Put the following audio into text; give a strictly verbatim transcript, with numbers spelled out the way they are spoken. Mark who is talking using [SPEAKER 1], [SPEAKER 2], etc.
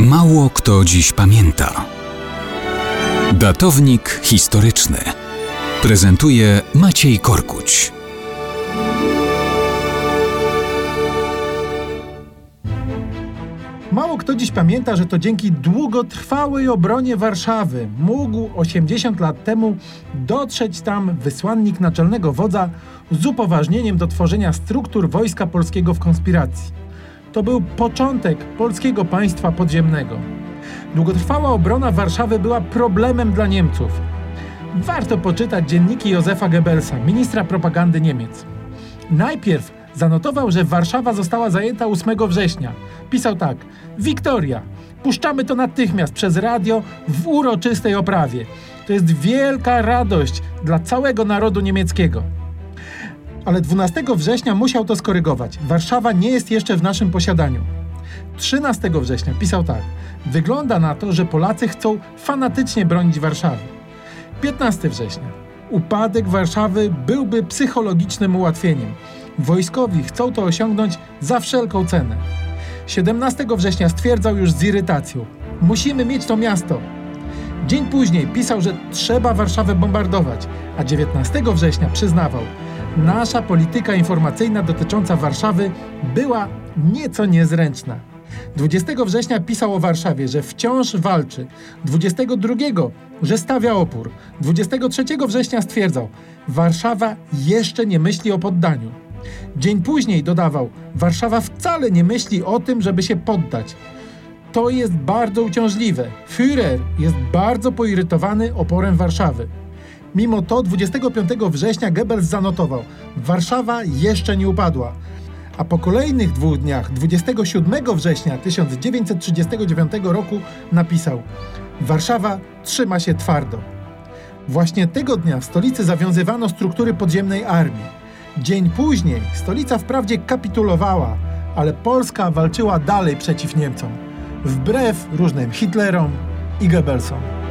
[SPEAKER 1] Mało kto dziś pamięta. Datownik historyczny prezentuje Maciej Korkuć.
[SPEAKER 2] Mało kto dziś pamięta, że to dzięki długotrwałej obronie Warszawy mógł osiemdziesiąt lat temu dotrzeć tam wysłannik naczelnego wodza z upoważnieniem do tworzenia struktur Wojska Polskiego w konspiracji. To był początek polskiego państwa podziemnego. Długotrwała obrona Warszawy była problemem dla Niemców. Warto poczytać dzienniki Józefa Goebbelsa, ministra propagandy Niemiec. Najpierw zanotował, że Warszawa została zajęta ósmego września. Pisał tak: Wiktoria, puszczamy to natychmiast przez radio w uroczystej oprawie. To jest wielka radość dla całego narodu niemieckiego. Ale dwunastego września musiał to skorygować. Warszawa nie jest jeszcze w naszym posiadaniu. trzynastego września pisał tak: wygląda na to, że Polacy chcą fanatycznie bronić Warszawy. piętnastego września. Upadek Warszawy byłby psychologicznym ułatwieniem. Wojskowi chcą to osiągnąć za wszelką cenę. siedemnastego września stwierdzał już z irytacją: musimy mieć to miasto. Dzień później pisał, że trzeba Warszawę bombardować, a dziewiętnastego września przyznawał: nasza polityka informacyjna dotycząca Warszawy była nieco niezręczna. dwudziestego września pisał o Warszawie, że wciąż walczy. dwudziestego drugiego, że stawia opór. dwudziestego trzeciego września stwierdzał: Warszawa jeszcze nie myśli o poddaniu. Dzień później dodawał: Warszawa wcale nie myśli o tym, żeby się poddać. To jest bardzo uciążliwe. Führer jest bardzo poirytowany oporem Warszawy. Mimo to dwudziestego piątego września Goebbels zanotował: Warszawa jeszcze nie upadła. A po kolejnych dwóch dniach, dwudziestego siódmego września tysiąc dziewięćset trzydziestego dziewiątego roku napisał: Warszawa trzyma się twardo. Właśnie tego dnia w stolicy zawiązywano struktury podziemnej armii. Dzień później stolica wprawdzie kapitulowała, ale Polska walczyła dalej przeciw Niemcom, wbrew różnym Hitlerom i Goebbelsom.